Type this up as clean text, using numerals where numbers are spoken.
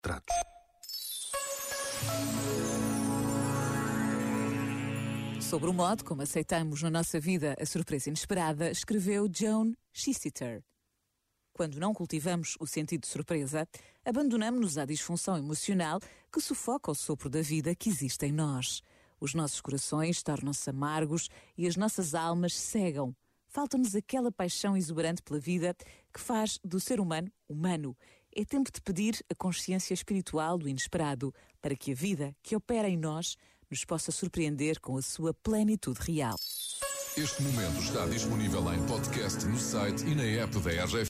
Tratos. Sobre o modo como aceitamos na nossa vida a surpresa inesperada, escreveu Joan Chittister. Quando não cultivamos o sentido de surpresa, abandonamos-nos à disfunção emocional que sufoca o sopro da vida que existe em nós. Os nossos corações tornam-se amargos e as nossas almas cegam. Falta-nos aquela paixão exuberante pela vida que faz do ser humano humano. É tempo de pedir a consciência espiritual do inesperado para que a vida que opera em nós nos possa surpreender com a sua plenitude real. Este momento está disponível em podcast no site e na app da RGF.